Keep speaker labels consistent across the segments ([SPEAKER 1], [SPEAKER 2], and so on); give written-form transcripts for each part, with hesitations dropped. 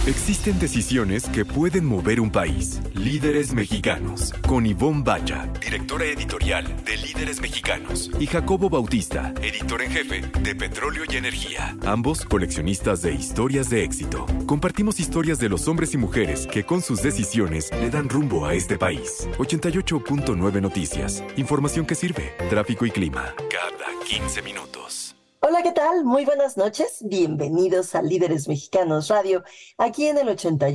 [SPEAKER 1] Existen decisiones que pueden mover un país. Líderes Mexicanos, con Ivonne Bacha, directora editorial de Líderes Mexicanos, y Jacobo Bautista, editor en jefe de Petróleo y Energía. Ambos coleccionistas de historias de éxito. Compartimos historias de los hombres y mujeres que con sus decisiones le dan rumbo a este país. 88.9 Noticias. Información que sirve. Tráfico y clima. Cada 15 minutos.
[SPEAKER 2] Hola, ¿qué tal? Muy buenas noches. Bienvenidos a Líderes Mexicanos Radio, aquí en el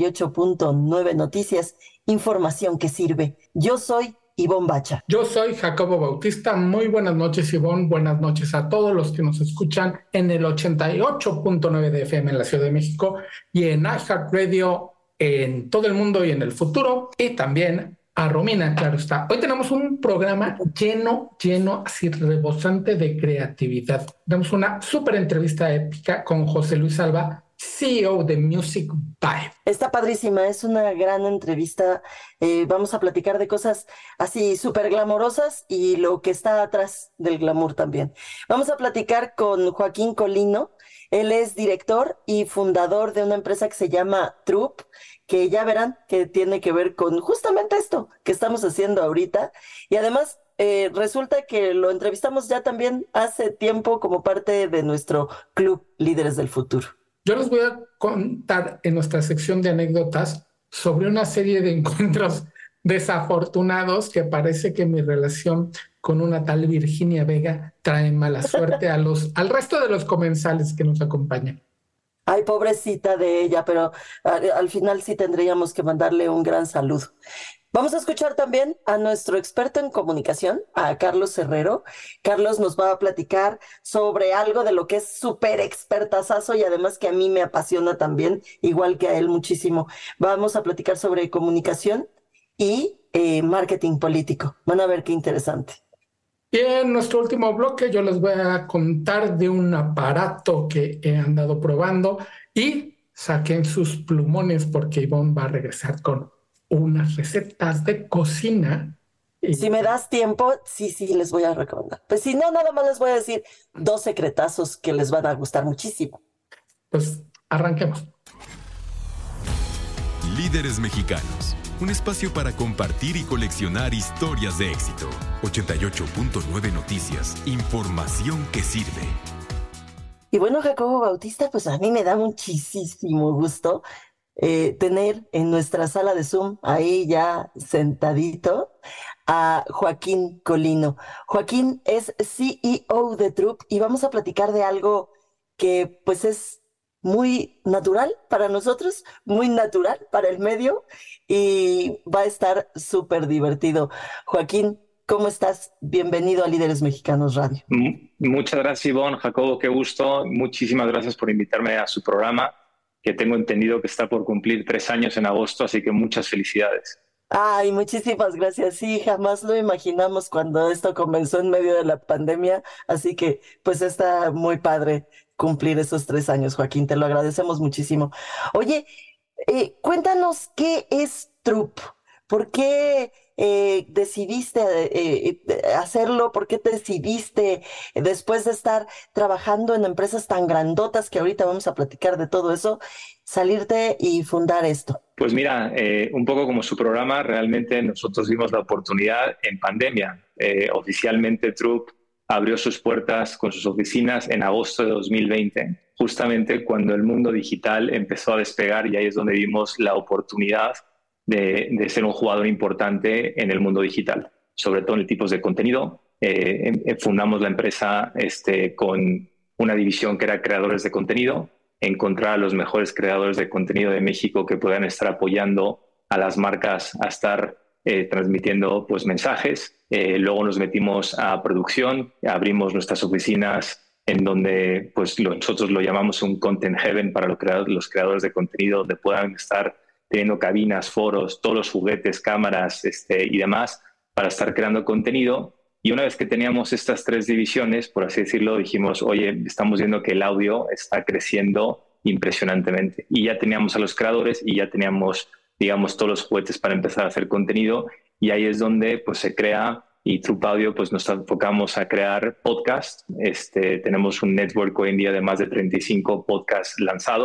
[SPEAKER 2] 88.9 Noticias, información que sirve. Yo soy Ivonne Bacha.
[SPEAKER 3] Yo soy Jacobo Bautista. Muy buenas noches, Ivonne. Buenas noches a todos los que nos escuchan en el 88.9 de FM en la Ciudad de México y en iHeartRadio en todo el mundo y en el futuro, y también a Romina, claro está. Hoy tenemos un programa lleno, así rebosante de creatividad. Tenemos una súper entrevista épica con José Luis Alba, CEO de Music Vibe.
[SPEAKER 2] Está padrísima, es una gran entrevista. Vamos a platicar de cosas así súper glamorosas y lo que está atrás del glamour también. Vamos a platicar con Joaquín Colino. Él es director y fundador de una empresa que se llama Troop, que ya verán que tiene que ver con justamente esto que estamos haciendo ahorita. Y además resulta que lo entrevistamos ya también hace tiempo como parte de nuestro club Líderes del Futuro.
[SPEAKER 3] Yo les voy a contar en nuestra sección de anécdotas sobre una serie de encuentros desafortunados que parece que mi relación con una tal Virginia Vega trae mala suerte al resto de los comensales que nos acompañan.
[SPEAKER 2] Ay, pobrecita de ella, pero al final sí tendríamos que mandarle un gran saludo. Vamos a escuchar también a nuestro experto en comunicación, a Carlos Herrero. Carlos nos va a platicar sobre algo de lo que es súper expertazazo y además que a mí me apasiona también, igual que a él muchísimo. Vamos a platicar sobre comunicación y marketing político. Van a ver qué interesante.
[SPEAKER 3] Y en nuestro último bloque yo les voy a contar de un aparato que he andado probando y saquen sus plumones porque Ivonne va a regresar con unas recetas de cocina.
[SPEAKER 2] Si me das tiempo, sí, les voy a recomendar. Pues si no, nada más les voy a decir 2 secretazos que les van a gustar muchísimo.
[SPEAKER 3] Pues arranquemos.
[SPEAKER 1] Líderes Mexicanos, un espacio para compartir y coleccionar historias de éxito. 88.9 Noticias, información que sirve.
[SPEAKER 2] Y bueno, Jacobo Bautista, pues a mí me da muchísimo gusto tener en nuestra sala de Zoom, ahí ya sentadito, a Joaquín Colino. Joaquín es CEO de Troop y vamos a platicar de algo que pues es muy natural para nosotros, muy natural para el medio y va a estar súper divertido. Joaquín, ¿cómo estás? Bienvenido a Líderes Mexicanos Radio.
[SPEAKER 4] Muchas gracias, Ivonne. Jacobo, qué gusto. Muchísimas gracias por invitarme a su programa, que tengo entendido que está por cumplir 3 años en agosto, así que muchas felicidades.
[SPEAKER 2] Ay, muchísimas gracias. Sí, jamás lo imaginamos cuando esto comenzó en medio de la pandemia, así que pues está muy padre cumplir esos 3 años, Joaquín, te lo agradecemos muchísimo. Oye, cuéntanos qué es Troop, ¿por qué decidiste hacerlo? ¿Por qué te decidiste, después de estar trabajando en empresas tan grandotas que ahorita vamos a platicar de todo eso, salirte y fundar esto?
[SPEAKER 4] Pues mira, un poco como su programa, realmente nosotros vimos la oportunidad en pandemia. Oficialmente Troop abrió sus puertas con sus oficinas en agosto de 2020, justamente cuando el mundo digital empezó a despegar, y ahí es donde vimos la oportunidad de ser un jugador importante en el mundo digital, sobre todo en el tipos de contenido. Fundamos la empresa con una división que era creadores de contenido, encontrar a los mejores creadores de contenido de México que puedan estar apoyando a las marcas a estar transmitiendo pues, mensajes. Luego nos metimos a producción, abrimos nuestras oficinas en donde pues, nosotros lo llamamos un content heaven para los creadores de contenido, donde puedan estar teniendo cabinas, foros, todos los juguetes, cámaras y demás para estar creando contenido. Y una vez que teníamos estas 3 divisiones, por así decirlo, dijimos, oye, estamos viendo que el audio está creciendo impresionantemente. Y ya teníamos a los creadores y ya teníamos, digamos, todos los juguetes para empezar a hacer contenido. Y ahí es donde pues, se crea, y Troop Audio pues, nos enfocamos a crear podcasts. Tenemos un network hoy en día de más de 35 podcasts lanzados.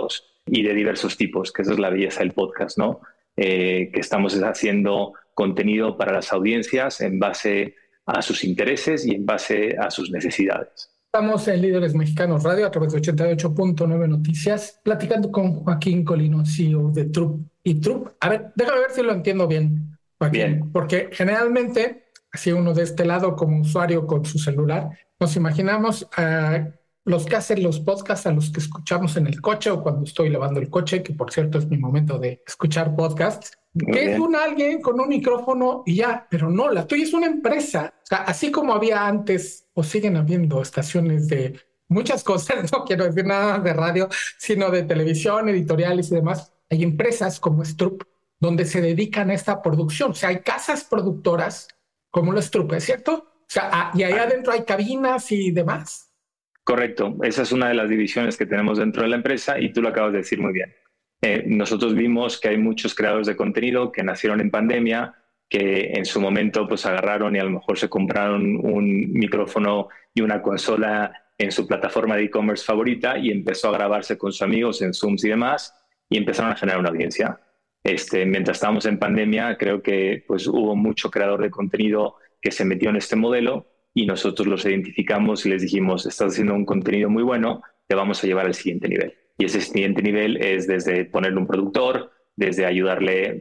[SPEAKER 4] y de diversos tipos, que esa es la belleza del podcast, ¿no? Que estamos haciendo contenido para las audiencias en base a sus intereses y en base a sus necesidades.
[SPEAKER 3] Estamos en Líderes Mexicanos Radio a través de 88.9 Noticias, platicando con Joaquín Colino, CEO de Troop. Y Troop, a ver, déjame ver si lo entiendo bien, Joaquín,
[SPEAKER 4] Bien.
[SPEAKER 3] Porque generalmente, así uno de este lado como usuario con su celular, nos imaginamos a los que hacen los podcasts, a los que escuchamos en el coche o cuando estoy lavando el coche, que por cierto es mi momento de escuchar podcasts, que es alguien con un micrófono y ya, pero no, la tuya es una empresa. O sea, así como había antes o siguen habiendo estaciones de muchas cosas, no quiero decir nada de radio, sino de televisión, editoriales y demás, hay empresas como Stroop donde se dedican a esta producción. O sea, hay casas productoras como lo Stroop, ¿es cierto? O sea, y ahí adentro hay cabinas y demás.
[SPEAKER 4] Correcto, esa es una de las divisiones que tenemos dentro de la empresa y tú lo acabas de decir muy bien. Nosotros vimos que hay muchos creadores de contenido que nacieron en pandemia, que en su momento pues agarraron y a lo mejor se compraron un micrófono y una consola en su plataforma de e-commerce favorita y empezó a grabarse con sus amigos en Zooms y demás y empezaron a generar una audiencia. Mientras estábamos en pandemia, creo que pues hubo mucho creador de contenido que se metió en este modelo y nosotros los identificamos y les dijimos, estás haciendo un contenido muy bueno, te vamos a llevar al siguiente nivel. Y ese siguiente nivel es desde ponerle un productor, desde ayudarle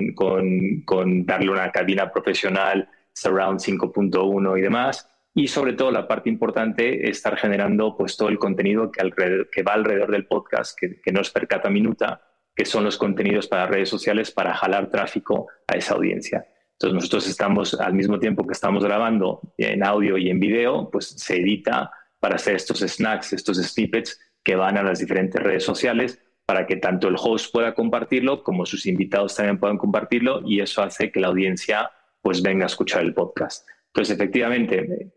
[SPEAKER 4] con darle una cabina profesional, Surround 5.1 y demás. Y sobre todo la parte importante es estar generando pues todo el contenido que va alrededor del podcast, que no es per cata minuta, que son los contenidos para redes sociales para jalar tráfico a esa audiencia. Entonces nosotros estamos, al mismo tiempo que estamos grabando en audio y en video, pues se edita para hacer estos snacks, estos snippets que van a las diferentes redes sociales para que tanto el host pueda compartirlo como sus invitados también puedan compartirlo y eso hace que la audiencia pues venga a escuchar el podcast. Entonces, efectivamente,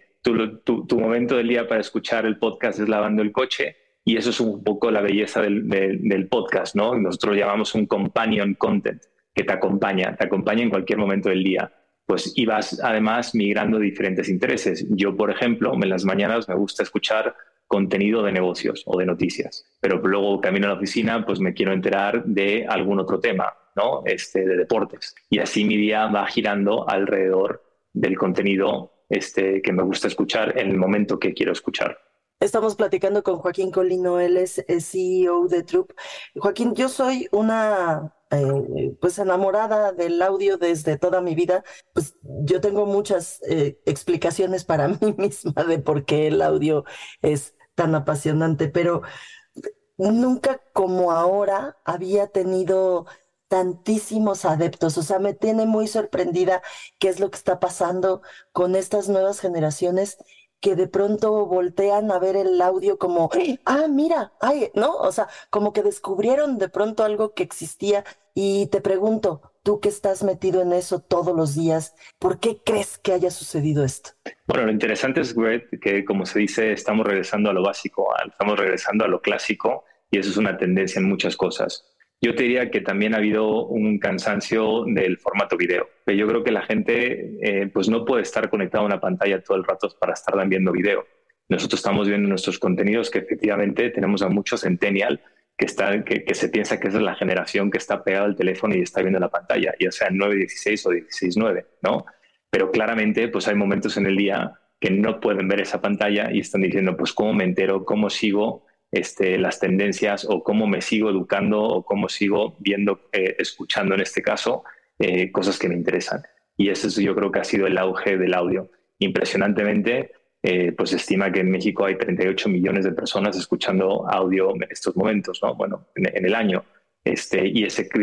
[SPEAKER 4] tu momento del día para escuchar el podcast es lavando el coche y eso es un poco la belleza del podcast, ¿no? Nosotros lo llamamos un companion content que te acompaña en cualquier momento del día. Pues y vas además migrando diferentes intereses. Yo, por ejemplo, en las mañanas me gusta escuchar contenido de negocios o de noticias, pero luego camino a la oficina, pues me quiero enterar de algún otro tema, ¿no? De deportes. Y así mi día va girando alrededor del contenido que me gusta escuchar en el momento que quiero escuchar.
[SPEAKER 2] Estamos platicando con Joaquín Colino, él es CEO de Troop. Joaquín, yo soy una pues enamorada del audio desde toda mi vida. Pues yo tengo muchas explicaciones para mí misma de por qué el audio es tan apasionante, pero nunca como ahora había tenido tantísimos adeptos. O sea, me tiene muy sorprendida qué es lo que está pasando con estas nuevas generaciones que de pronto voltean a ver el audio como, mira, ay, ¿no? O sea, como que descubrieron de pronto algo que existía. Y te pregunto, tú que estás metido en eso todos los días, ¿por qué crees que haya sucedido esto?
[SPEAKER 4] Bueno, lo interesante es que, como se dice, estamos regresando a lo básico, estamos regresando a lo clásico y eso es una tendencia en muchas cosas. Yo te diría que también ha habido un cansancio del formato video. Yo creo que la gente pues no puede estar conectada a una pantalla todo el rato para estar viendo video. Nosotros estamos viendo nuestros contenidos que efectivamente tenemos a muchos centennial que se piensa que esa es la generación que está pegada al teléfono y está viendo la pantalla, ya sea 9:16 o 16:9, ¿no? Pero claramente pues hay momentos en el día que no pueden ver esa pantalla y están diciendo pues cómo me entero, cómo sigo las tendencias o cómo me sigo educando o cómo sigo viendo, escuchando en este caso, cosas que me interesan. Y eso yo creo que ha sido el auge del audio. Impresionantemente, pues se estima que en México hay 38 millones de personas escuchando audio en estos momentos, ¿no? Bueno, en el año. Y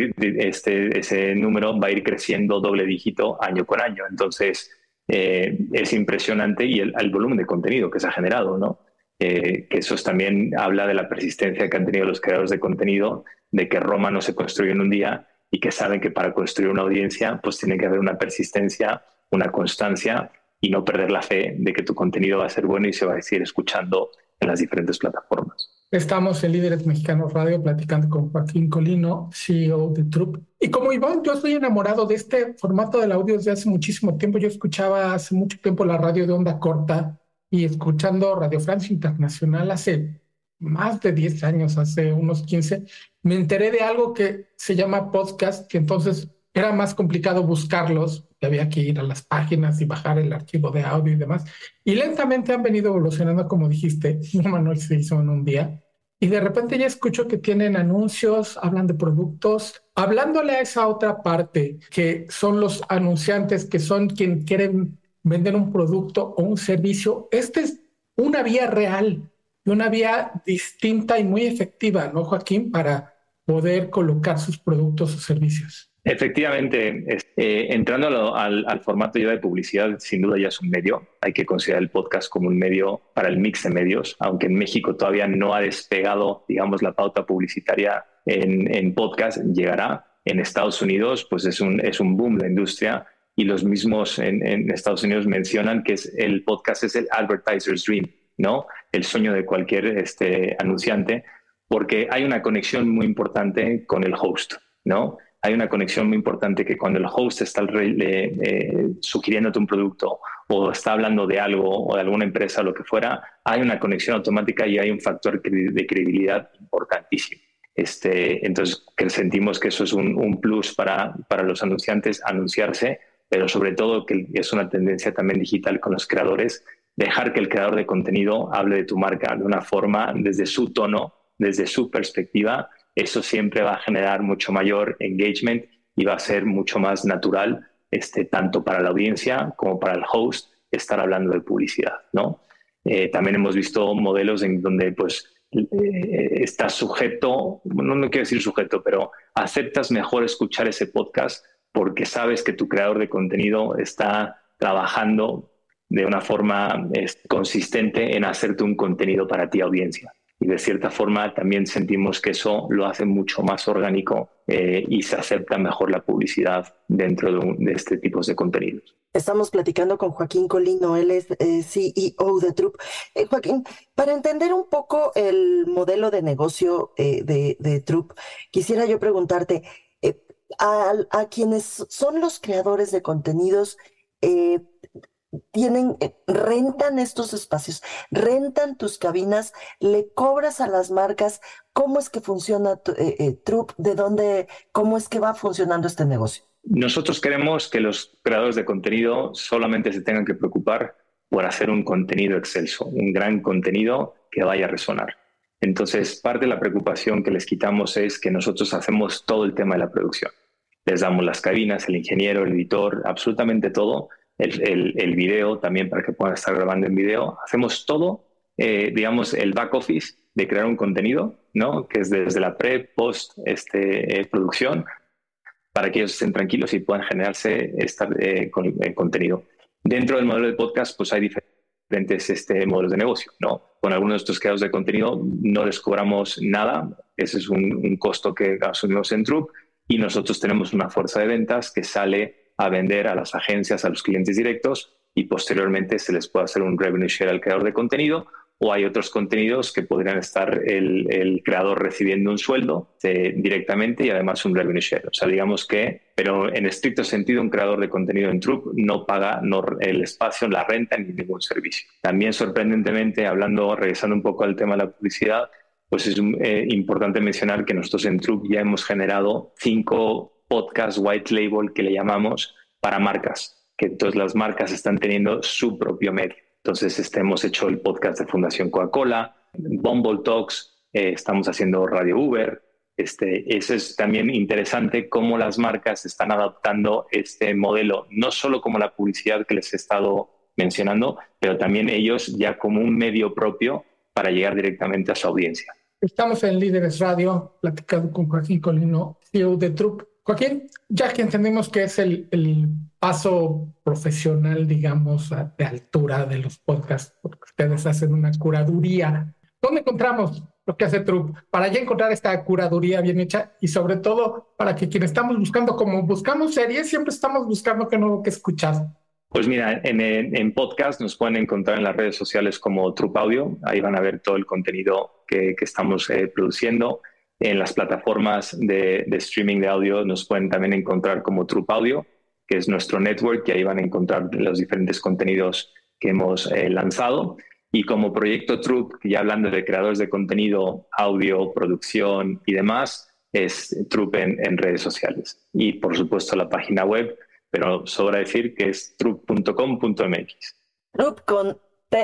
[SPEAKER 4] ese número va a ir creciendo doble dígito año con año. Entonces, es impresionante y el volumen de contenido que se ha generado, ¿no? Que eso también habla de la persistencia que han tenido los creadores de contenido, de que Roma no se construye en un día y que saben que para construir una audiencia pues tiene que haber una persistencia, una constancia y no perder la fe de que tu contenido va a ser bueno y se va a seguir escuchando en las diferentes plataformas.
[SPEAKER 3] Estamos en Líderes Mexicanos Radio platicando con Joaquín Colino, CEO de Troop. Y como Iván, yo estoy enamorado de este formato del audio desde hace muchísimo tiempo. Yo escuchaba hace mucho tiempo la radio de onda corta y escuchando Radio Francia Internacional hace más de 10 años, hace unos 15, me enteré de algo que se llama podcast, que entonces era más complicado buscarlos, que había que ir a las páginas y bajar el archivo de audio y demás. Y lentamente han venido evolucionando, como dijiste, no, Manuel, se hizo en un día. Y de repente ya escucho que tienen anuncios, hablan de productos, hablándole a esa otra parte, que son los anunciantes, que son quien quieren vender un producto o un servicio. Esta es una vía real y una vía distinta y muy efectiva, ¿no, Joaquín? Para poder colocar sus productos o servicios.
[SPEAKER 4] Efectivamente, entrando al formato ya de publicidad, sin duda ya es un medio. Hay que considerar el podcast como un medio para el mix de medios, aunque en México todavía no ha despegado, digamos, la pauta publicitaria en podcast, llegará. En Estados Unidos, pues es un boom la industria, y los mismos en Estados Unidos mencionan que el podcast es el advertiser's dream, ¿no? El sueño de cualquier anunciante, porque hay una conexión muy importante con el host, ¿no? Hay una conexión muy importante que cuando el host está sugiriéndote un producto o está hablando de algo o de alguna empresa o lo que fuera, hay una conexión automática y hay un factor de credibilidad importantísimo. Entonces, sentimos que eso es un plus para los anunciantes, anunciarse, pero sobre todo que es una tendencia también digital con los creadores, dejar que el creador de contenido hable de tu marca de una forma, desde su tono, desde su perspectiva. Eso siempre va a generar mucho mayor engagement y va a ser mucho más natural, tanto para la audiencia como para el host, estar hablando de publicidad, ¿no? También hemos visto modelos en donde pues, estás sujeto, no quiero decir sujeto, pero aceptas mejor escuchar ese podcast porque sabes que tu creador de contenido está trabajando de una forma consistente en hacerte un contenido para ti, audiencia. Y de cierta forma también sentimos que eso lo hace mucho más orgánico y se acepta mejor la publicidad dentro de este tipo de contenidos.
[SPEAKER 2] Estamos platicando con Joaquín Colino, él es CEO de Troop. Joaquín, para entender un poco el modelo de negocio de Troop, quisiera yo preguntarte, a quienes son los creadores de contenidos, rentan estos espacios, rentan tus cabinas, le cobras a las marcas. ¿Cómo es que funciona Troop? ¿Cómo es que va funcionando este negocio?
[SPEAKER 4] Nosotros queremos que los creadores de contenido solamente se tengan que preocupar por hacer un contenido excelso, un gran contenido que vaya a resonar. Entonces, parte de la preocupación que les quitamos es que nosotros hacemos todo el tema de la producción. Les damos las cabinas, el ingeniero, el editor, absolutamente todo. El video también para que puedan estar grabando en video. Hacemos todo, digamos, el back office de crear un contenido, ¿no? Que es desde la post producción, para que ellos estén tranquilos y puedan generarse con el contenido. Dentro del modelo de podcast, pues hay diferentes modelos de negocio, ¿no? Con algunos de estos creadores de contenido no les cobramos nada. Ese es un costo que asumimos en Troop, y nosotros tenemos una fuerza de ventas que sale a vender a las agencias, a los clientes directos, y posteriormente se les puede hacer un revenue share al creador de contenido, o hay otros contenidos que podrían estar el creador recibiendo un sueldo directamente y además un revenue share. O sea, digamos que, pero en estricto sentido, un creador de contenido en Troop no paga el espacio, la renta ni ningún servicio. También, sorprendentemente, regresando un poco al tema de la publicidad, pues es importante mencionar que nosotros en Troop ya hemos generado 5 podcast white label, que le llamamos, para marcas, que entonces las marcas están teniendo su propio medio. Entonces hemos hecho el podcast de Fundación Coca-Cola, Bumble Talks, estamos haciendo Radio Uber. Eso es también interesante cómo las marcas están adaptando este modelo, no solo como la publicidad que les he estado mencionando, pero también ellos ya como un medio propio para llegar directamente a su audiencia.
[SPEAKER 3] Estamos en Líderes Radio, platicando con Joaquín Colino, CEO de Troop. Joaquín, ya que entendimos que es el paso profesional, digamos, de altura de los podcasts, porque ustedes hacen una curaduría, ¿dónde encontramos lo que hace Troop? Para ya encontrar esta curaduría bien hecha, y sobre todo para que quienes estamos buscando, como buscamos series, siempre estamos buscando qué nuevo que escuchar.
[SPEAKER 4] Pues mira, en podcast nos pueden encontrar en las redes sociales como Troop Audio. Ahí van a ver todo el contenido que estamos produciendo. En las plataformas de streaming de audio nos pueden también encontrar como Troop Audio, que es nuestro network, y ahí van a encontrar los diferentes contenidos que hemos lanzado. Y como proyecto Troop, ya hablando de creadores de contenido, audio, producción y demás, es Troop en redes sociales. Y por supuesto la página web, pero sobra decir que es troop.com.mx.
[SPEAKER 2] Troop con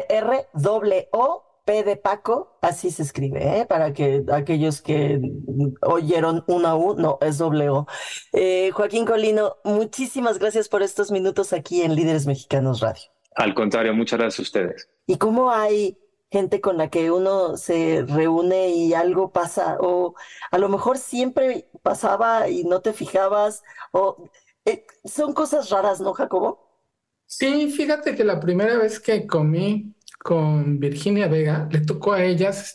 [SPEAKER 2] T-R-O-O-P de Paco, así se escribe, para que aquellos que oyeron una U, no, es doble O. Joaquín Colino, muchísimas gracias por estos minutos aquí en Líderes Mexicanos Radio.
[SPEAKER 4] Al contrario, muchas gracias a ustedes.
[SPEAKER 2] ¿Y cómo hay gente con la que uno se reúne y algo pasa? O a lo mejor siempre pasaba y no te fijabas, o son cosas raras, ¿no, Jacobo?
[SPEAKER 3] Sí, fíjate que la primera vez que comí con Virginia Vega, le tocó a ellas,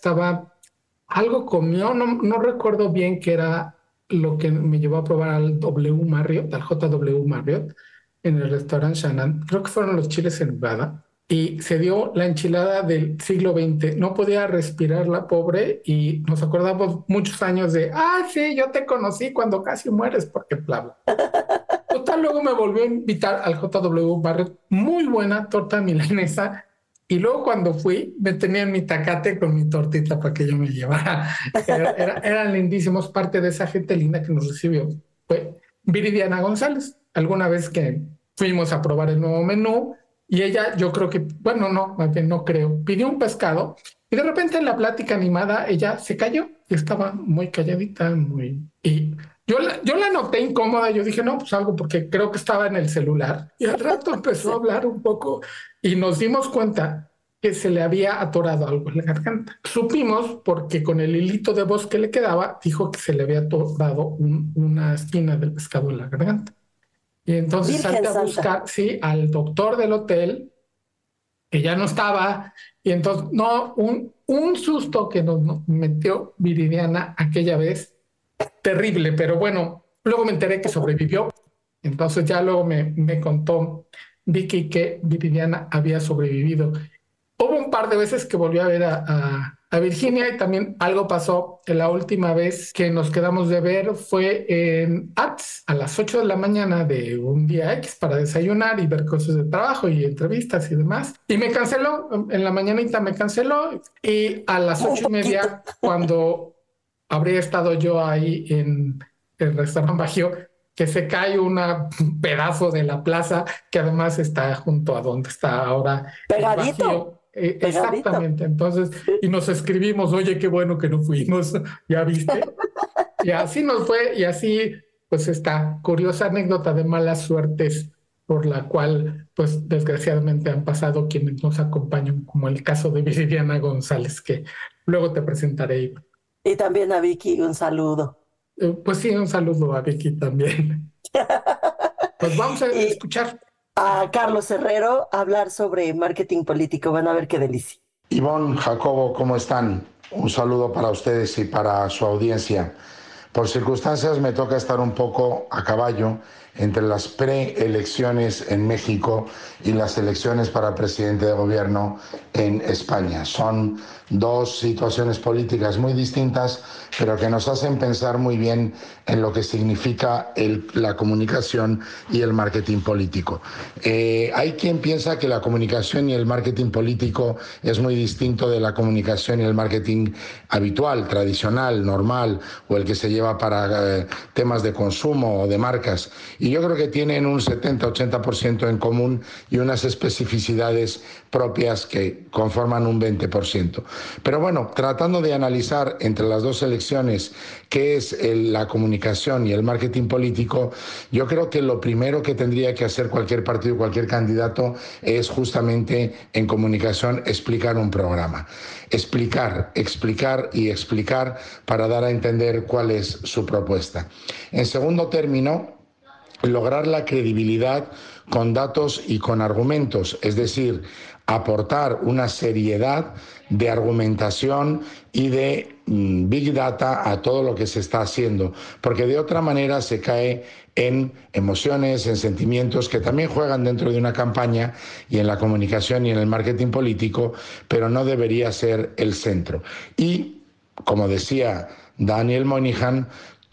[SPEAKER 3] algo comió, no recuerdo bien qué era lo que me llevó a probar al W Marriott, al JW Marriott, en el restaurante Shannon. Creo que fueron los chiles en nogada. Y se dio la enchilada del siglo XX. No podía respirar la pobre y nos acordamos muchos años de, sí, yo te conocí cuando casi mueres, porque bla, bla. Total, luego me volvió a invitar al JW Barrett, muy buena torta milanesa. Y luego cuando fui, me tenían mi tacate con mi tortita para que yo me llevara. Eran lindísimos, parte de esa gente linda que nos recibió. Fue Viridiana González. Alguna vez que fuimos a probar el nuevo menú, y ella, yo creo que, bueno, no creo, pidió un pescado y de repente en la plática animada ella se cayó y estaba muy calladita, y yo la noté incómoda. Yo dije, no, pues algo, porque creo que estaba en el celular, y al rato empezó a hablar un poco y nos dimos cuenta que se le había atorado algo en la garganta. Supimos porque con el hilito de voz que le quedaba, dijo que se le había atorado una esquina del pescado en la garganta. Y entonces salí a buscar, sí, al doctor del hotel, que ya no estaba, y entonces, un susto que nos metió Viridiana aquella vez, terrible, pero bueno, luego me enteré que sobrevivió. Entonces ya luego me contó Vicky que Viridiana había sobrevivido. Hubo un par de veces que volvió a ver a Virginia, y también algo pasó. La última vez que nos quedamos de ver fue en ATS a las 8 de la mañana de un día X para desayunar y ver cosas de trabajo y entrevistas y demás. Y me canceló, en la mañanita me canceló, y a las 8:30, cuando habría estado yo ahí en el restaurante Bajío, que se cae un pedazo de la plaza, que además está junto a donde está ahora
[SPEAKER 2] pegadito,
[SPEAKER 3] el Bajío. Exactamente. Entonces, y nos escribimos, oye, qué bueno que no fuimos, ¿ya viste? Y así nos fue, y así, pues, esta curiosa anécdota de malas suertes por la cual, pues, desgraciadamente han pasado quienes nos acompañan, como el caso de Viridiana González, que luego te presentaré.
[SPEAKER 2] Y también a Vicky, un saludo.
[SPEAKER 3] Pues sí, un saludo a Vicky también. Pues vamos a escuchar
[SPEAKER 2] a Carlos Herrero hablar sobre marketing político. Van a ver qué delicia.
[SPEAKER 5] Ivonne, Jacobo, ¿cómo están? Un saludo para ustedes y para su audiencia. Por circunstancias me toca estar un poco a caballo entre las preelecciones en México y las elecciones para presidente de gobierno en España. Son dos situaciones políticas muy distintas, pero que nos hacen pensar muy bien en lo que significa la comunicación y el marketing político. Hay quien piensa que la comunicación y el marketing político es muy distinto de la comunicación y el marketing habitual, tradicional, normal, o el que se lleva para temas de consumo o de marcas. Y yo creo que tienen un 70-80% en común y unas especificidades propias que conforman un 20%. Pero bueno, tratando de analizar entre las dos elecciones qué es la comunicación y el marketing político, yo creo que lo primero que tendría que hacer cualquier partido, cualquier candidato, es justamente en comunicación explicar un programa. Explicar y explicar para dar a entender cuál es su propuesta. En segundo término, lograr la credibilidad con datos y con argumentos, es decir, aportar una seriedad de argumentación y de big data a todo lo que se está haciendo, porque de otra manera se cae en emociones, en sentimientos que también juegan dentro de una campaña y en la comunicación y en el marketing político, pero no debería ser el centro. Y, como decía Daniel Moynihan,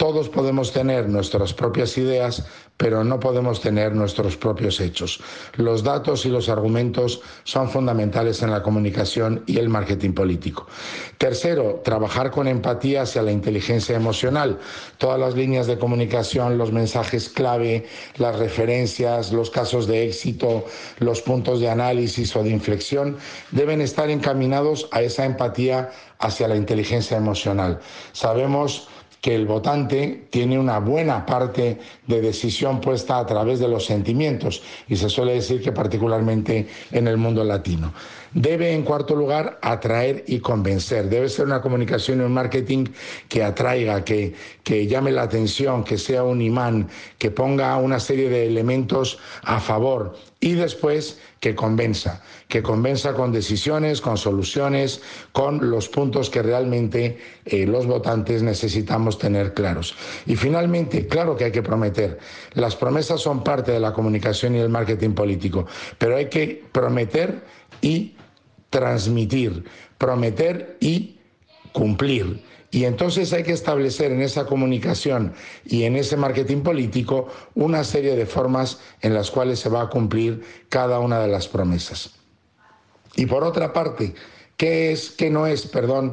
[SPEAKER 5] Todos podemos tener nuestras propias ideas, pero no podemos tener nuestros propios hechos. Los datos y los argumentos son fundamentales en la comunicación y el marketing político. Tercero, trabajar con empatía hacia la inteligencia emocional. Todas las líneas de comunicación, los mensajes clave, las referencias, los casos de éxito, los puntos de análisis o de inflexión deben estar encaminados a esa empatía hacia la inteligencia emocional. Sabemos que el votante tiene una buena parte de decisión puesta a través de los sentimientos, y se suele decir que particularmente en el mundo latino. Debe, en cuarto lugar, atraer y convencer. Debe ser una comunicación y un marketing que atraiga, que llame la atención, que sea un imán, que ponga una serie de elementos a favor, y después que convenza con decisiones, con soluciones, con los puntos que realmente los votantes necesitamos tener claros. Y finalmente, claro que hay que prometer. Las promesas son parte de la comunicación y el marketing político, pero hay que prometer y transmitir, prometer y cumplir. Y entonces hay que establecer en esa comunicación y en ese marketing político una serie de formas en las cuales se va a cumplir cada una de las promesas. Y por otra parte, ¿qué no es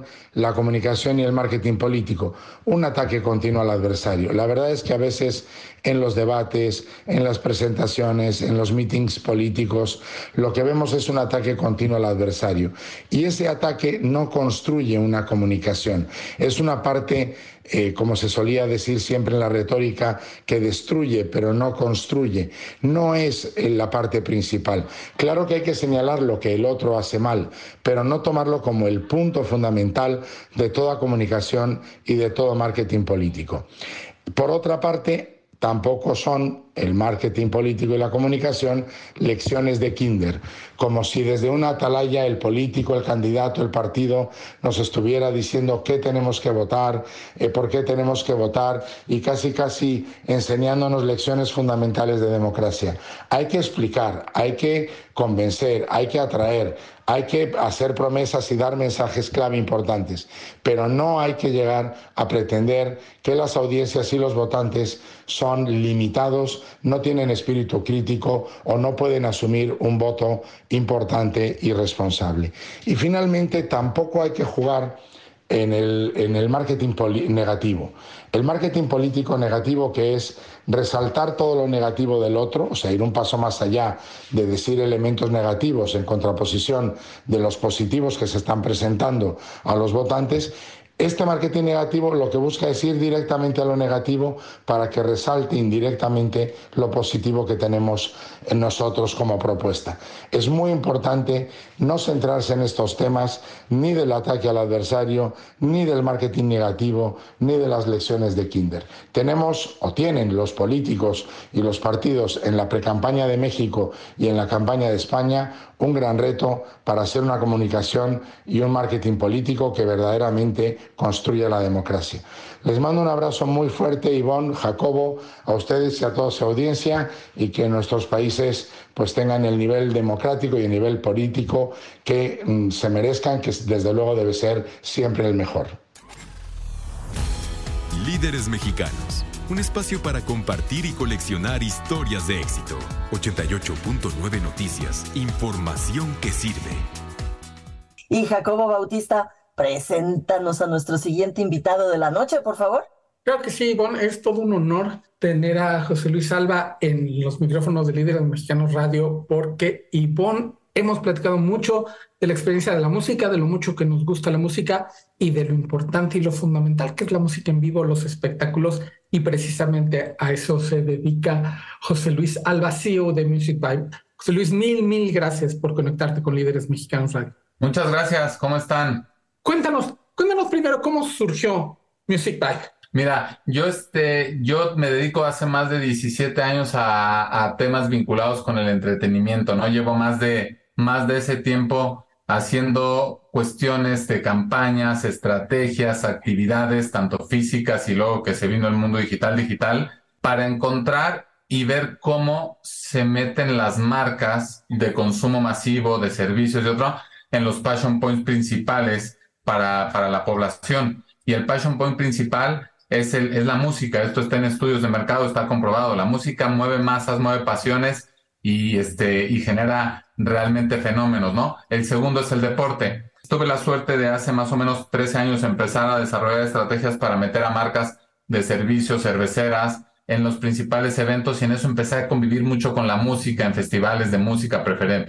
[SPEAKER 5] la comunicación y el marketing político? Un ataque continuo al adversario. La verdad es que a veces en los debates, en las presentaciones, en los meetings políticos, lo que vemos es un ataque continuo al adversario. Y ese ataque no construye una comunicación. Es una parte, como se solía decir siempre en la retórica, que destruye, pero no construye. No es la parte principal. Claro que hay que señalar lo que el otro hace mal, pero no tomarlo como el punto fundamental de toda comunicación y de todo marketing político. Por otra parte, tampoco son el marketing político y la comunicación lecciones de kinder, como si desde una atalaya el político, el candidato, el partido nos estuviera diciendo qué tenemos que votar, por qué tenemos que votar, y casi enseñándonos lecciones fundamentales de democracia. Hay que explicar, hay que convencer, hay que atraer, hay que hacer promesas y dar mensajes clave importantes, pero no hay que llegar a pretender que las audiencias y los votantes son limitados, no tienen espíritu crítico o no pueden asumir un voto importante y responsable. Y finalmente, tampoco hay que jugar en el marketing negativo. El marketing político negativo, que es resaltar todo lo negativo del otro, o sea, ir un paso más allá de decir elementos negativos en contraposición de los positivos que se están presentando a los votantes. Este marketing negativo lo que busca es ir directamente a lo negativo para que resalte indirectamente lo positivo que tenemos en nosotros como propuesta. Es muy importante no centrarse en estos temas ni del ataque al adversario, ni del marketing negativo, ni de las lecciones de kinder. Tenemos o tienen los políticos y los partidos en la precampaña de México y en la campaña de España un gran reto para hacer una comunicación y un marketing político que verdaderamente construya la democracia. Les mando un abrazo muy fuerte, Ivonne, Jacobo, a ustedes y a toda su audiencia, y que nuestros países pues tengan el nivel democrático y el nivel político que se merezcan, que desde luego debe ser siempre el mejor.
[SPEAKER 1] Líderes Mexicanos, un espacio para compartir y coleccionar historias de éxito. 88.9 Noticias, información que sirve.
[SPEAKER 2] Y Jacobo Bautista, preséntanos a nuestro siguiente invitado de la noche, por favor.
[SPEAKER 3] Creo que sí, Ivonne, es todo un honor tener a José Luis Alba en los micrófonos de Líderes Mexicanos Radio, porque Ivonne, hemos platicado mucho de la experiencia de la música, de lo mucho que nos gusta la música y de lo importante y lo fundamental que es la música en vivo, los espectáculos, y precisamente a eso se dedica José Luis Alba, CEO de Music Vibe. José Luis, mil gracias por conectarte con Líderes Mexicanos Radio.
[SPEAKER 6] Muchas gracias, ¿cómo están?
[SPEAKER 3] Cuéntanos primero cómo surgió Music Vibe.
[SPEAKER 6] Mira, yo me dedico hace más de 17 años a temas vinculados con el entretenimiento, ¿no? Llevo más de ese tiempo haciendo cuestiones de campañas, estrategias, actividades, tanto físicas y luego que se vino el mundo digital, para encontrar y ver cómo se meten las marcas de consumo masivo, de servicios y otro, en los passion points principales para la población. Y el passion point principal es la música. Esto está en estudios de mercado, está comprobado. La música mueve masas, mueve pasiones y genera realmente fenómenos, ¿no? El segundo es el deporte. Tuve la suerte de hace más o menos 13 años empezar a desarrollar estrategias para meter a marcas de servicios, cerveceras, en los principales eventos, y en eso empecé a convivir mucho con la música, en festivales de música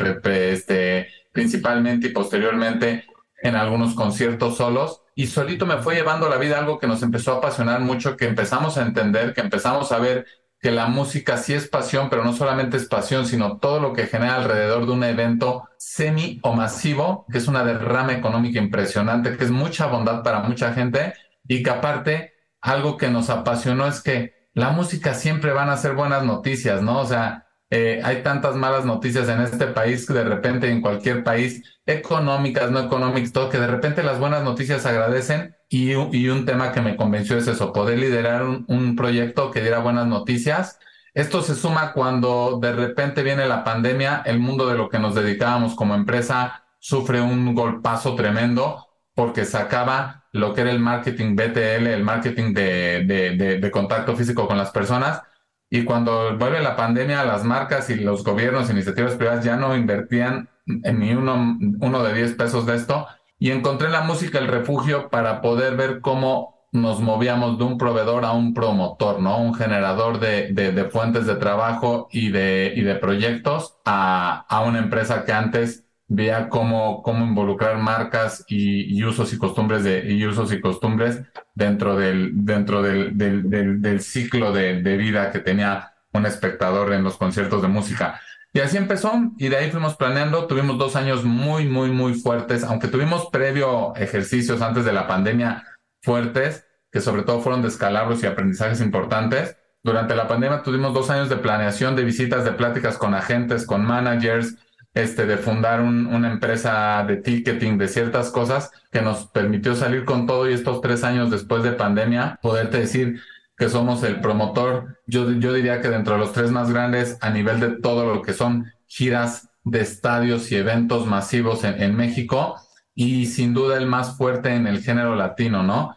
[SPEAKER 6] principalmente, y posteriormente en algunos conciertos solos, y solito me fue llevando la vida algo que nos empezó a apasionar mucho, que empezamos a entender, que empezamos a ver que la música sí es pasión, pero no solamente es pasión, sino todo lo que genera alrededor de un evento semi o masivo, que es una derrama económica impresionante, que es mucha bondad para mucha gente, y que aparte, algo que nos apasionó es que la música siempre van a ser buenas noticias, ¿no? O sea, hay tantas malas noticias en este país que de repente en cualquier país, económicas, no económicas, todo, que de repente las buenas noticias agradecen, y un tema que me convenció es eso, poder liderar un proyecto que diera buenas noticias. Esto se suma cuando de repente viene la pandemia, el mundo de lo que nos dedicábamos como empresa sufre un golpazo tremendo, porque se acaba lo que era el marketing BTL, el marketing de contacto físico con las personas. Y cuando vuelve la pandemia, las marcas y los gobiernos, iniciativas privadas ya no invertían en ni uno de 10 pesos de esto. Y encontré en la música el refugio para poder ver cómo nos movíamos de un proveedor a un promotor, ¿no? Un generador de fuentes de trabajo y de proyectos a una empresa que antes veía cómo involucrar marcas y usos y costumbres dentro del ciclo de vida que tenía un espectador en los conciertos de música. Y así empezó, y de ahí fuimos planeando. Tuvimos 2 años muy, muy, muy fuertes, aunque tuvimos previo ejercicios antes de la pandemia fuertes, que sobre todo fueron descalabros y aprendizajes importantes. Durante la pandemia tuvimos 2 años de planeación, de visitas, de pláticas con agentes, con managers, de fundar una empresa de ticketing, de ciertas cosas que nos permitió salir con todo, y estos 3 años después de pandemia, poderte decir que somos el promotor, yo diría que dentro de los 3 más grandes a nivel de todo lo que son giras de estadios y eventos masivos en México, y sin duda el más fuerte en el género latino, ¿no?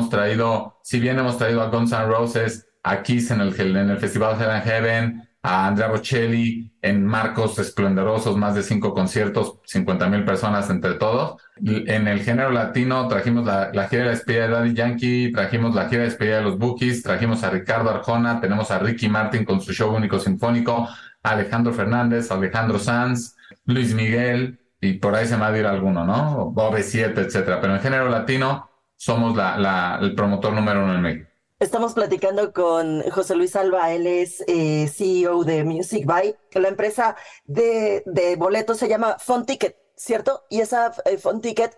[SPEAKER 6] Si bien hemos traído a Guns N' Roses, a Kiss en el Festival Hell and Heaven, a Andrea Bocelli en marcos esplendorosos, más de 5 conciertos, 50,000 personas entre todos. En el género latino trajimos la gira de despedida de Daddy Yankee, trajimos la gira de despedida de los Bukis, trajimos a Ricardo Arjona, tenemos a Ricky Martin con su show único sinfónico, a Alejandro Fernández, a Alejandro Sanz, Luis Miguel, y por ahí se me va a ir alguno, ¿no? OV7, etcétera. Pero en género latino somos el promotor número 1 en México.
[SPEAKER 2] Estamos platicando con José Luis Alba, él es CEO de Music By. La empresa de boletos se llama Fun Ticket, ¿cierto? Y esa Fun Ticket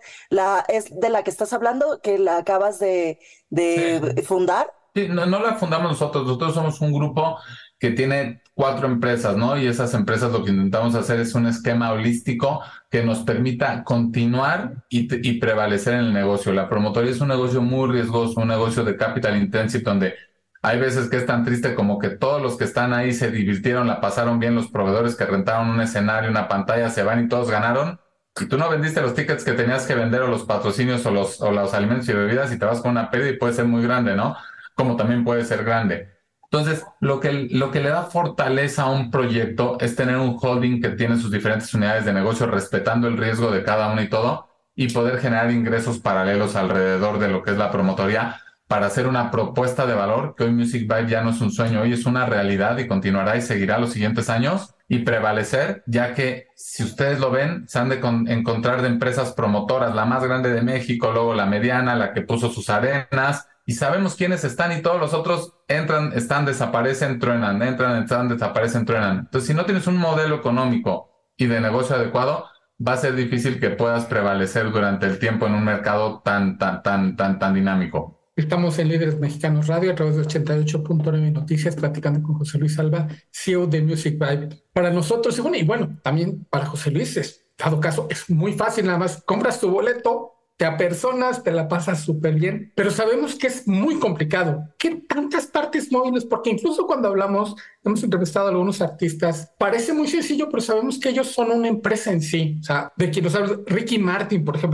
[SPEAKER 2] es de la que estás hablando, que la acabas de
[SPEAKER 6] Sí.
[SPEAKER 2] fundar.
[SPEAKER 6] Sí, no la fundamos nosotros somos un grupo que tiene 4 empresas, ¿no? Y esas empresas lo que intentamos hacer es un esquema holístico que nos permita continuar y prevalecer en el negocio. La promotoría es un negocio muy riesgoso, un negocio de capital intensive, donde hay veces que es tan triste como que todos los que están ahí se divirtieron, la pasaron bien, los proveedores que rentaron un escenario, una pantalla, se van y todos ganaron. Y tú no vendiste los tickets que tenías que vender, o los patrocinios, o los alimentos y bebidas, y te vas con una pérdida, y puede ser muy grande, ¿no? Como también puede ser grande. Entonces, lo que le da fortaleza a un proyecto es tener un holding que tiene sus diferentes unidades de negocio, respetando el riesgo de cada uno y todo, y poder generar ingresos paralelos alrededor de lo que es la promotoría, para hacer una propuesta de valor que hoy Music Vibe ya no es un sueño, hoy es una realidad, y continuará y seguirá los siguientes años, y prevalecer, ya que si ustedes lo ven, se han de encontrar de empresas promotoras, la más grande de México, luego la mediana, la que puso sus arenas, y sabemos quiénes están, y todos los otros entran, están, desaparecen, truenan, entran, están, desaparecen, truenan. Entonces, si no tienes un modelo económico y de negocio adecuado, va a ser difícil que puedas prevalecer durante el tiempo en un mercado tan dinámico.
[SPEAKER 3] Estamos en Líderes Mexicanos Radio a través de 88.9 Noticias, platicando con José Luis Alba, CEO de Music Vibe. Para nosotros, y bueno, también para José Luis, dado caso, es muy fácil, nada más compras tu boleto, te apersonas, te la pasas súper bien, pero sabemos que es muy complicado. ¿Qué tantas partes móviles? Porque incluso cuando hablamos, hemos entrevistado a algunos artistas, parece muy sencillo, pero sabemos que ellos son una empresa en sí. O sea, de quien nos habla, Ricky Martin, por ejemplo,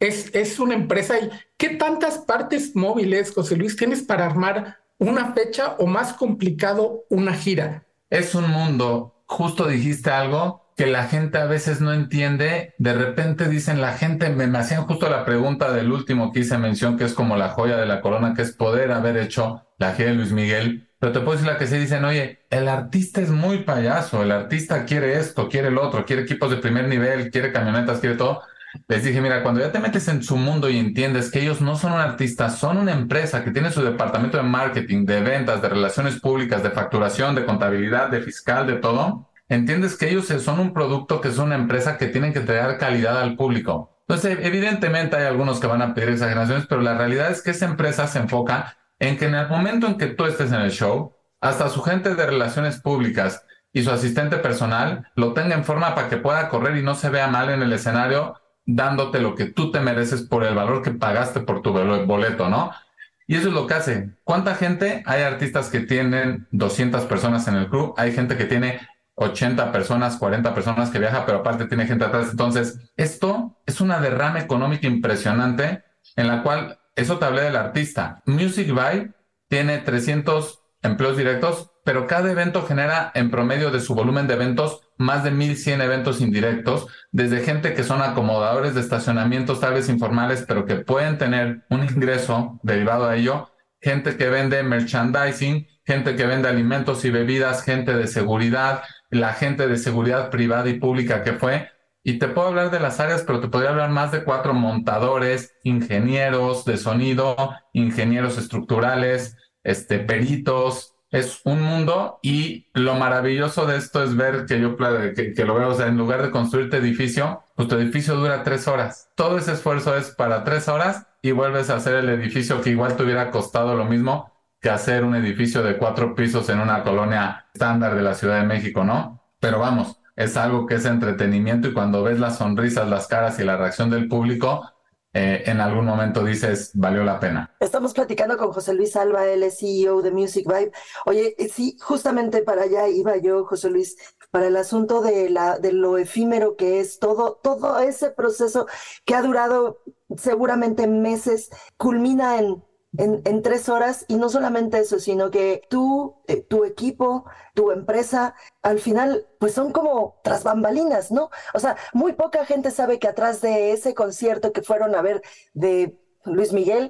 [SPEAKER 3] es una empresa. ¿Y qué tantas partes móviles, José Luis, tienes para armar una fecha o más complicado una gira?
[SPEAKER 6] Es un mundo, justo dijiste algo que la gente a veces no entiende. De repente dicen la gente, me hacían justo la pregunta del último que hice mención, que es como la joya de la corona, que es poder haber hecho la gira de Luis Miguel. Pero te puedo decir la que se dicen, oye, el artista es muy payaso, el artista quiere esto, quiere el otro, quiere equipos de primer nivel, quiere camionetas, quiere todo. Les dije, mira, cuando ya te metes en su mundo y entiendes que ellos no son un artista, son una empresa que tiene su departamento de marketing, de ventas, de relaciones públicas, de facturación, de contabilidad, de fiscal, de todo, entiendes que ellos son un producto, que es una empresa que tienen que entregar calidad al público. Entonces, evidentemente hay algunos que van a pedir exageraciones, pero la realidad es que esa empresa se enfoca en que en el momento en que tú estés en el show, hasta su gente de relaciones públicas y su asistente personal lo tenga en forma para que pueda correr y no se vea mal en el escenario, dándote lo que tú te mereces por el valor que pagaste por tu boleto, ¿no? Y eso es lo que hace. ¿Cuánta gente? Hay artistas que tienen 200 personas en el crew, hay gente que tiene 80 personas, 40 personas que viaja, pero aparte tiene gente atrás. Entonces, esto es una derrama económica impresionante en la cual, eso te hablé del artista. Music Vibe tiene 300 empleos directos, pero cada evento genera en promedio de su volumen de eventos más de 1,100 eventos indirectos, desde gente que son acomodadores de estacionamientos tal vez informales, pero que pueden tener un ingreso derivado a ello, gente que vende merchandising, gente que vende alimentos y bebidas, gente de seguridad, la gente de seguridad privada y pública que fue. Y te puedo hablar de las áreas, pero te podría hablar más de 4 montadores, ingenieros de sonido, ingenieros estructurales, peritos. Es un mundo, y lo maravilloso de esto es ver que que lo veo, o sea, en lugar de construirte edificio, pues tu edificio dura 3 horas. Todo ese esfuerzo es para 3 horas y vuelves a hacer el edificio que igual te hubiera costado lo mismo que hacer un edificio de 4 pisos en una colonia estándar de la Ciudad de México, ¿no? Pero vamos, es algo que es entretenimiento, y cuando ves las sonrisas, las caras y la reacción del público, en algún momento dices, valió la pena.
[SPEAKER 2] Estamos platicando con José Luis Alba, él es CEO de Music Vibe. Oye, sí, justamente para allá iba yo, José Luis, para el asunto de lo efímero que es todo ese proceso que ha durado seguramente meses, culmina en 3 horas, y no solamente eso, sino que tú, tu equipo, tu empresa, al final, pues son como tras bambalinas, ¿no? O sea, muy poca gente sabe que atrás de ese concierto que fueron a ver de Luis Miguel,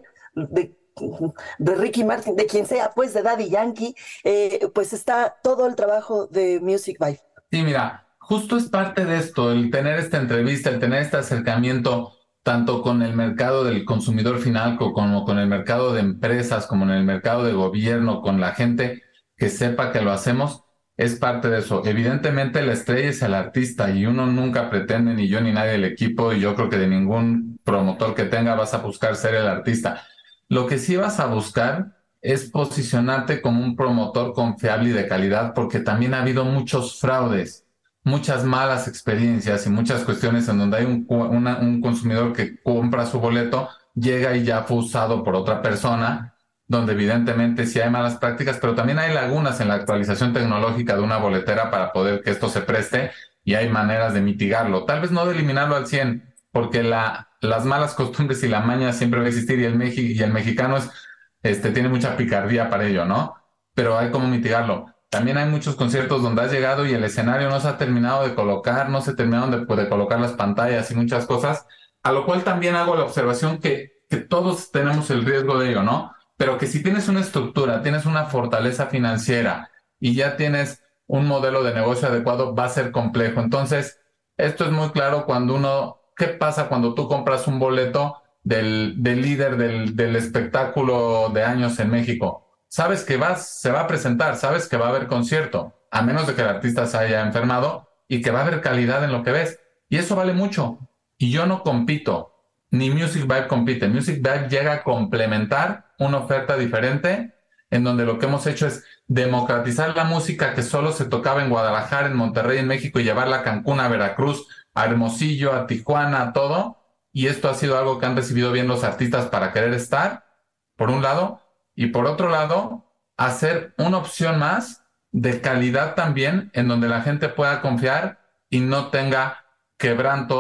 [SPEAKER 2] de Ricky Martin, de quien sea, pues de Daddy Yankee, pues está todo el trabajo de Music Vibe.
[SPEAKER 6] Sí, mira, justo es parte de esto, el tener esta entrevista, el tener este acercamiento tanto con el mercado del consumidor final como con el mercado de empresas, como en el mercado de gobierno, con la gente que sepa que lo hacemos, es parte de eso. Evidentemente la estrella es el artista, y uno nunca pretende, ni yo ni nadie del equipo, y yo creo que de ningún promotor que tenga vas a buscar ser el artista. Lo que sí vas a buscar es posicionarte como un promotor confiable y de calidad, porque también ha habido muchos fraudes, muchas malas experiencias y muchas cuestiones en donde hay un consumidor que compra su boleto, llega y ya fue usado por otra persona, donde evidentemente sí hay malas prácticas, pero también hay lagunas en la actualización tecnológica de una boletera para poder que esto se preste, y hay maneras de mitigarlo. Tal vez no de eliminarlo al 100, porque las malas costumbres y la maña siempre va a existir, y el mexicano tiene mucha picardía para ello, ¿no? Pero hay cómo mitigarlo. También hay muchos conciertos donde has llegado y el escenario no se ha terminado de colocar, no se terminaron de colocar las pantallas y muchas cosas, a lo cual también hago la observación que todos tenemos el riesgo de ello, ¿no? Pero que si tienes una estructura, tienes una fortaleza financiera y ya tienes un modelo de negocio adecuado, va a ser complejo. Entonces, esto es muy claro ¿qué pasa cuando tú compras un boleto del líder del espectáculo de años en México? Sabes que se va a presentar, sabes que va a haber concierto, a menos de que el artista se haya enfermado, y que va a haber calidad en lo que ves. Y eso vale mucho. Y yo no compito, ni Music Vibe compite. Music Vibe llega a complementar una oferta diferente, en donde lo que hemos hecho es democratizar la música que solo se tocaba en Guadalajara, en Monterrey, en México, y llevarla a Cancún, a Veracruz, a Hermosillo, a Tijuana, a todo. Y esto ha sido algo que han recibido bien los artistas para querer estar, por un lado. Y por otro lado, hacer una opción más de calidad también, en donde la gente pueda confiar y no tenga quebrantos,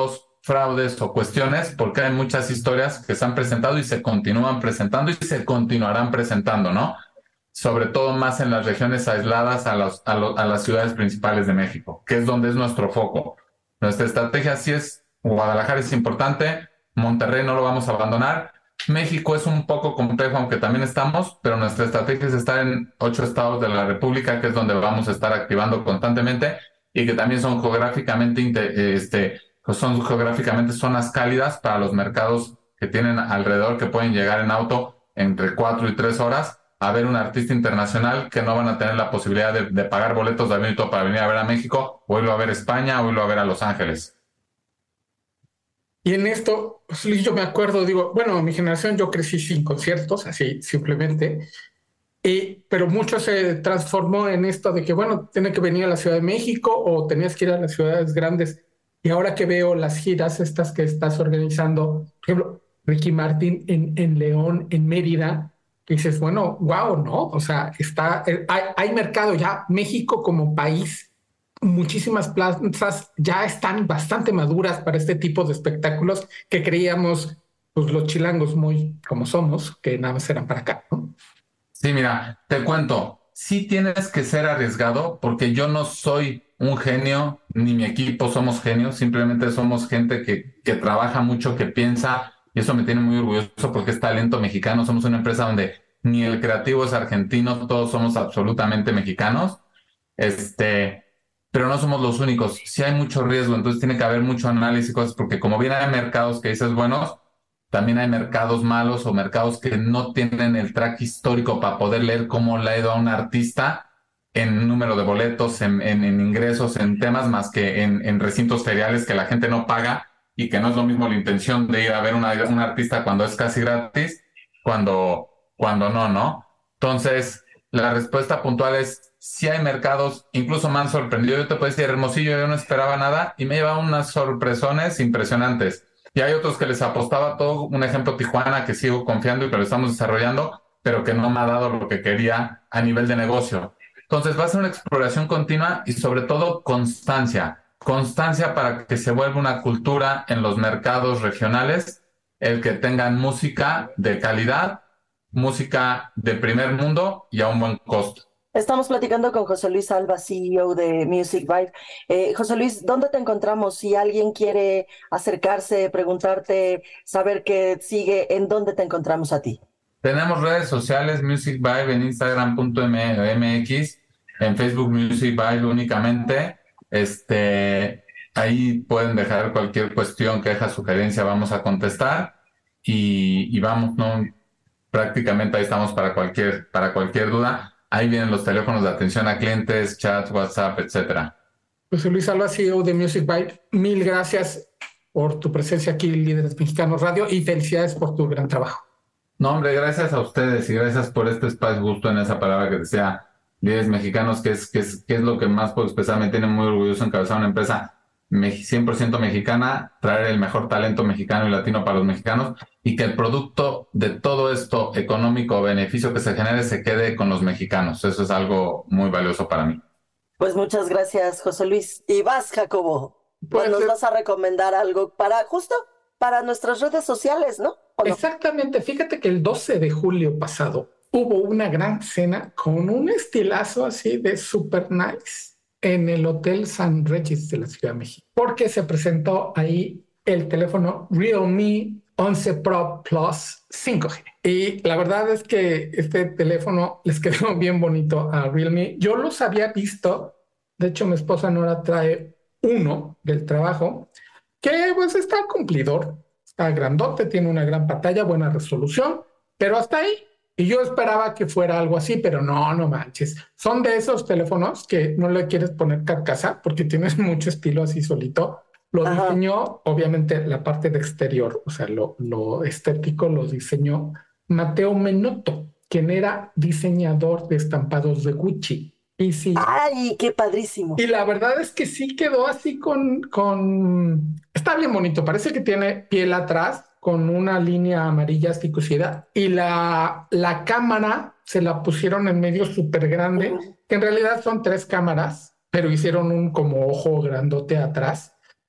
[SPEAKER 6] fraudes o cuestiones, porque hay muchas historias que se han presentado y se continúan presentando y se continuarán presentando, ¿no? Sobre todo más en las regiones aisladas a las ciudades principales de México, que es donde es nuestro foco. Nuestra estrategia sí es, Guadalajara es importante, Monterrey no lo vamos a abandonar, México es un poco complejo, aunque también estamos, pero nuestra estrategia es estar en 8 estados de la República, que es donde vamos a estar activando constantemente y que también son geográficamente zonas cálidas para los mercados que tienen alrededor, que pueden llegar en auto entre 4 y 3 horas a ver un artista internacional que no van a tener la posibilidad de pagar boletos de avión y todo para venir a ver a México, o irlo a ver a España, o irlo a ver a Los Ángeles.
[SPEAKER 3] Y en esto, pues, Luis, yo me acuerdo, digo, bueno, mi generación yo crecí sin conciertos, así simplemente, pero mucho se transformó en esto de que, bueno, tiene que venir a la Ciudad de México o tenías que ir a las ciudades grandes. Y ahora que veo las giras estas que estás organizando, por ejemplo, Ricky Martin en León, en Mérida, que dices, bueno, wow, ¿no? O sea, hay mercado ya. México como país, muchísimas plazas ya están bastante maduras para este tipo de espectáculos que creíamos, pues los chilangos muy como somos, que nada más eran para acá, ¿no?
[SPEAKER 6] Sí, mira, te cuento, sí tienes que ser arriesgado porque yo no soy un genio, ni mi equipo somos genios, simplemente somos gente que trabaja mucho, que piensa, y eso me tiene muy orgulloso porque es talento mexicano. Somos una empresa donde ni el creativo es argentino, todos somos absolutamente mexicanos, pero no somos los únicos. Sí hay mucho riesgo, entonces tiene que haber mucho análisis y cosas, porque como bien hay mercados que dices buenos, también hay mercados malos o mercados que no tienen el track histórico para poder leer cómo le ha ido a un artista en número de boletos, en ingresos, en temas, más que en recintos feriales que la gente no paga y que no es lo mismo la intención de ir a ver un artista cuando es casi gratis, cuando no, ¿no? Entonces, la respuesta puntual es, sí hay mercados, incluso me han sorprendido. Yo te puedo decir, Hermosillo, yo no esperaba nada y me llevaba unas sorpresones impresionantes. Y hay otros que les apostaba todo, un ejemplo Tijuana, que sigo confiando y que lo estamos desarrollando, pero que no me ha dado lo que quería a nivel de negocio. Entonces va a ser una exploración continua y sobre todo constancia. Constancia para que se vuelva una cultura en los mercados regionales, el que tengan música de calidad, música de primer mundo y a un buen costo.
[SPEAKER 2] Estamos platicando con José Luis Alba, CEO de Music Vibe. José Luis, ¿dónde te encontramos? Si alguien quiere acercarse, preguntarte, saber qué sigue, ¿en dónde te encontramos a ti?
[SPEAKER 6] Tenemos redes sociales, Music Vibe en Instagram.mx, en Facebook Music Vibe únicamente. Ahí pueden dejar cualquier cuestión, queja, sugerencia, vamos a contestar y vamos, ¿no? Prácticamente ahí estamos para cualquier duda. Ahí vienen los teléfonos de atención a clientes, chat, WhatsApp, etcétera.
[SPEAKER 3] José Luis Alba, CEO de Music Vibe, mil gracias por tu presencia aquí en Líderes Mexicanos Radio y felicidades por tu gran trabajo.
[SPEAKER 6] No, hombre, gracias a ustedes y gracias por este espacio, justo en esa palabra que decía Líderes Mexicanos, que es lo que más puedo expresar. Me tiene muy orgulloso encabezar una empresa 100% mexicana, traer el mejor talento mexicano y latino para los mexicanos y que el producto de todo esto económico, beneficio que se genere, se quede con los mexicanos. Eso es algo muy valioso para mí.
[SPEAKER 2] Pues muchas gracias, José Luis. Y vas, Jacobo. Pues nos vas a recomendar algo justo para nuestras redes sociales, ¿no? ¿O no?
[SPEAKER 3] Exactamente. Fíjate que el 12 de julio pasado hubo una gran cena con un estilazo así de super nice en el Hotel San Regis de la Ciudad de México, porque se presentó ahí el teléfono Realme 11 Pro Plus 5G. Y la verdad es que este teléfono les quedó bien bonito a Realme. Yo los había visto, de hecho mi esposa Nora trae uno del trabajo, que pues está cumplidor, está grandote, tiene una gran pantalla, buena resolución, pero hasta ahí. Y yo esperaba que fuera algo así, pero no manches. Son de esos teléfonos que no le quieres poner carcasa porque tienes mucho estilo así solito. Lo diseñó, obviamente, la parte de exterior, o sea, lo estético lo diseñó Matteo Menotto, quien era diseñador de estampados de Gucci. Y sí.
[SPEAKER 2] ¡Ay, qué padrísimo!
[SPEAKER 3] Y la verdad es que sí quedó así con... Está bien bonito, parece que tiene piel atrás, con una línea amarilla así cosida, y la cámara se la pusieron en medio súper grande, que en realidad son 3 cámaras, pero hicieron un como ojo grandote atrás,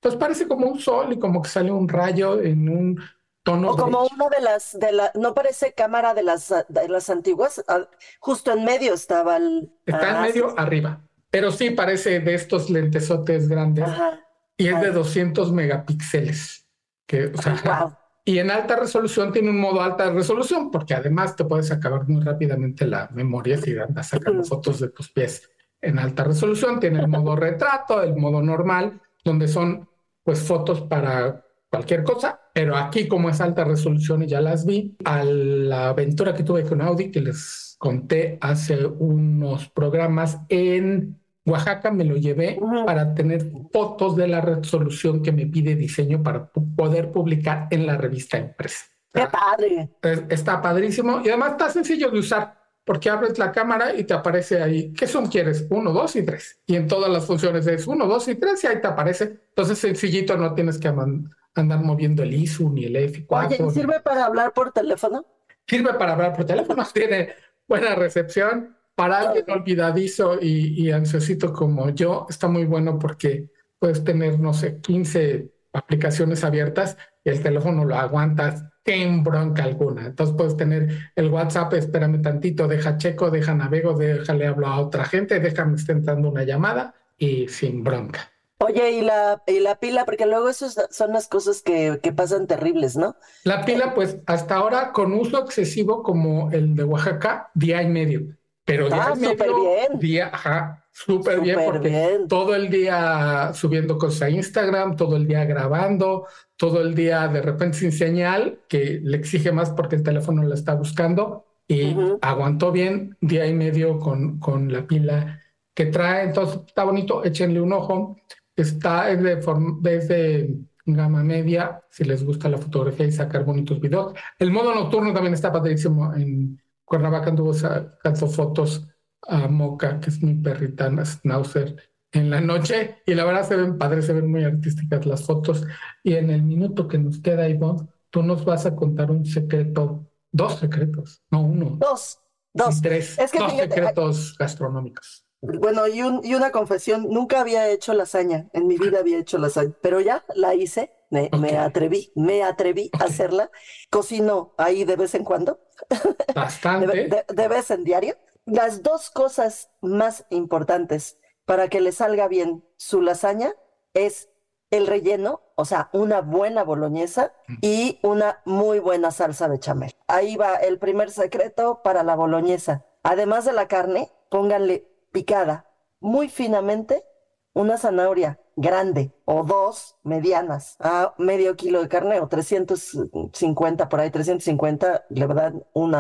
[SPEAKER 3] Pues parece como un sol y como que sale un rayo en un tono
[SPEAKER 2] O como
[SPEAKER 3] beige.
[SPEAKER 2] una no parece cámara de las antiguas, justo en medio estaba
[SPEAKER 3] Está en
[SPEAKER 2] sí,
[SPEAKER 3] medio arriba, pero sí parece de estos lentesotes grandes
[SPEAKER 2] ajá,
[SPEAKER 3] y es de
[SPEAKER 2] ajá.
[SPEAKER 3] 200 megapíxeles. O sea,
[SPEAKER 2] Wow.
[SPEAKER 3] y en alta resolución tiene un modo alta resolución, porque además te puedes acabar muy rápidamente la memoria si andas sacando fotos de tus pies en alta resolución. Tiene el modo retrato, el modo normal, donde son pues fotos para cualquier cosa, pero aquí como es alta resolución y ya las vi, a la aventura que tuve con Audi, que les conté hace unos programas en Oaxaca, me lo llevé para tener fotos de la resolución que me pide diseño para poder publicar en la revista impresa.
[SPEAKER 2] ¡Qué padre!
[SPEAKER 3] Está padrísimo y además está sencillo de usar porque abres la cámara y te aparece ahí, ¿qué zoom quieres? 1, 2 y 3. Y en todas las funciones es 1, 2 y 3 y ahí te aparece. Entonces sencillito, no tienes que andar moviendo el ISO ni el F4.
[SPEAKER 2] Oye, ¿y sirve para hablar por teléfono?
[SPEAKER 3] Sirve para hablar por teléfono, tiene buena recepción. Para alguien olvidadizo y ansiosito como yo, está muy bueno porque puedes tener, no sé, 15 aplicaciones abiertas y el teléfono lo aguantas sin bronca alguna. Entonces puedes tener el WhatsApp, espérame tantito, deja checo, deja navego, déjale hablo a otra gente, déjame estar entrando una llamada y sin bronca.
[SPEAKER 2] Oye, y la pila, porque luego esos son las cosas que pasan terribles, ¿no?
[SPEAKER 3] La pila, pues hasta ahora con uso excesivo como el de Oaxaca, día y medio. Pero día y
[SPEAKER 2] súper
[SPEAKER 3] medio,
[SPEAKER 2] bien.
[SPEAKER 3] Súper bien, porque
[SPEAKER 2] bien.
[SPEAKER 3] todo el día subiendo cosas a Instagram, todo el día grabando, todo el día de repente sin señal, que le exige más porque el teléfono la está buscando, y aguantó bien día y medio con la pila que trae. Entonces está bonito, échenle un ojo. Está desde gama media, si les gusta la fotografía y sacar bonitos videos. El modo nocturno también está padrísimo. En Cuernavaca anduvo sacando fotos a Moca, que es mi perrita Schnauzer, en la noche, y la verdad se ven padres, se ven muy artísticas las fotos. Y en el minuto que nos queda, Ivonne, tú nos vas a contar un secreto, 2 secretos, no uno.
[SPEAKER 2] Dos.
[SPEAKER 3] Y 3,
[SPEAKER 2] es que
[SPEAKER 3] 2
[SPEAKER 2] fíjate,
[SPEAKER 3] secretos gastronómicos.
[SPEAKER 2] Bueno, y una confesión, nunca había hecho lasaña, en mi vida había hecho lasaña, pero ya la hice, me atreví a hacerla, cocino ahí de vez en cuando,
[SPEAKER 3] Bastante.
[SPEAKER 2] de vez en diario. Las 2 cosas más importantes para que le salga bien su lasaña es el relleno, o sea, una buena boloñesa y una muy buena salsa bechamel. Ahí va el primer secreto para la boloñesa. Además de la carne, pónganle picada muy finamente una zanahoria grande o 2 medianas a medio kilo de carne o 350 por ahí, 350, la verdad,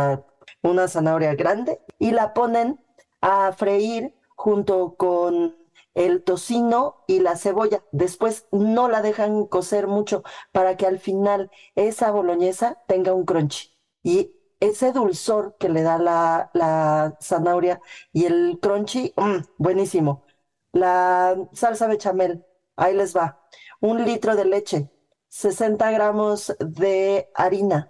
[SPEAKER 2] una zanahoria grande y la ponen a freír junto con el tocino y la cebolla. Después no la dejan cocer mucho para que al final esa boloñesa tenga un crunchy. Y ese dulzor que le da la zanahoria y el crunchy, buenísimo. La salsa bechamel, ahí les va. 1 litro de leche, 60 gramos de harina,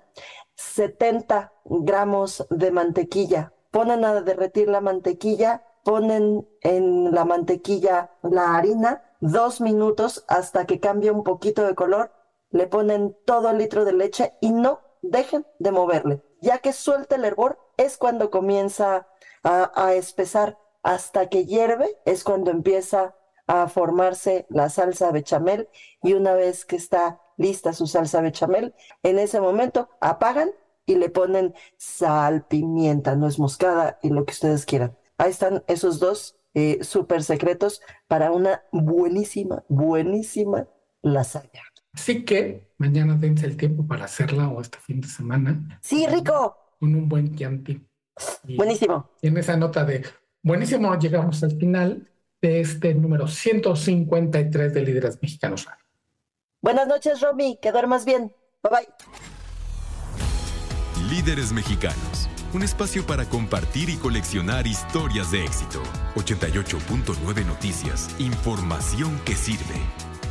[SPEAKER 2] 70 gramos de mantequilla. Ponen a derretir la mantequilla, ponen en la mantequilla la harina, 2 minutos hasta que cambie un poquito de color, le ponen todo el litro de leche y no dejen de moverle. Ya que suelte el hervor, es cuando comienza a espesar. Hasta que hierve, es cuando empieza a formarse la salsa bechamel. Y una vez que está lista su salsa bechamel, en ese momento apagan y le ponen sal, pimienta, nuez moscada y lo que ustedes quieran. Ahí están esos 2 súper secretos para una buenísima lasaña.
[SPEAKER 3] Así que mañana dense el tiempo para hacerla o este fin de semana.
[SPEAKER 2] ¡Sí, rico!
[SPEAKER 3] Con un buen Chianti.
[SPEAKER 2] Buenísimo.
[SPEAKER 3] Y en esa nota de buenísimo, llegamos al final de este número 153 de Líderes Mexicanos.
[SPEAKER 2] Buenas noches, Romy. Que duermas bien. Bye bye.
[SPEAKER 1] Líderes Mexicanos, un espacio para compartir y coleccionar historias de éxito. 88.9 Noticias, información que sirve.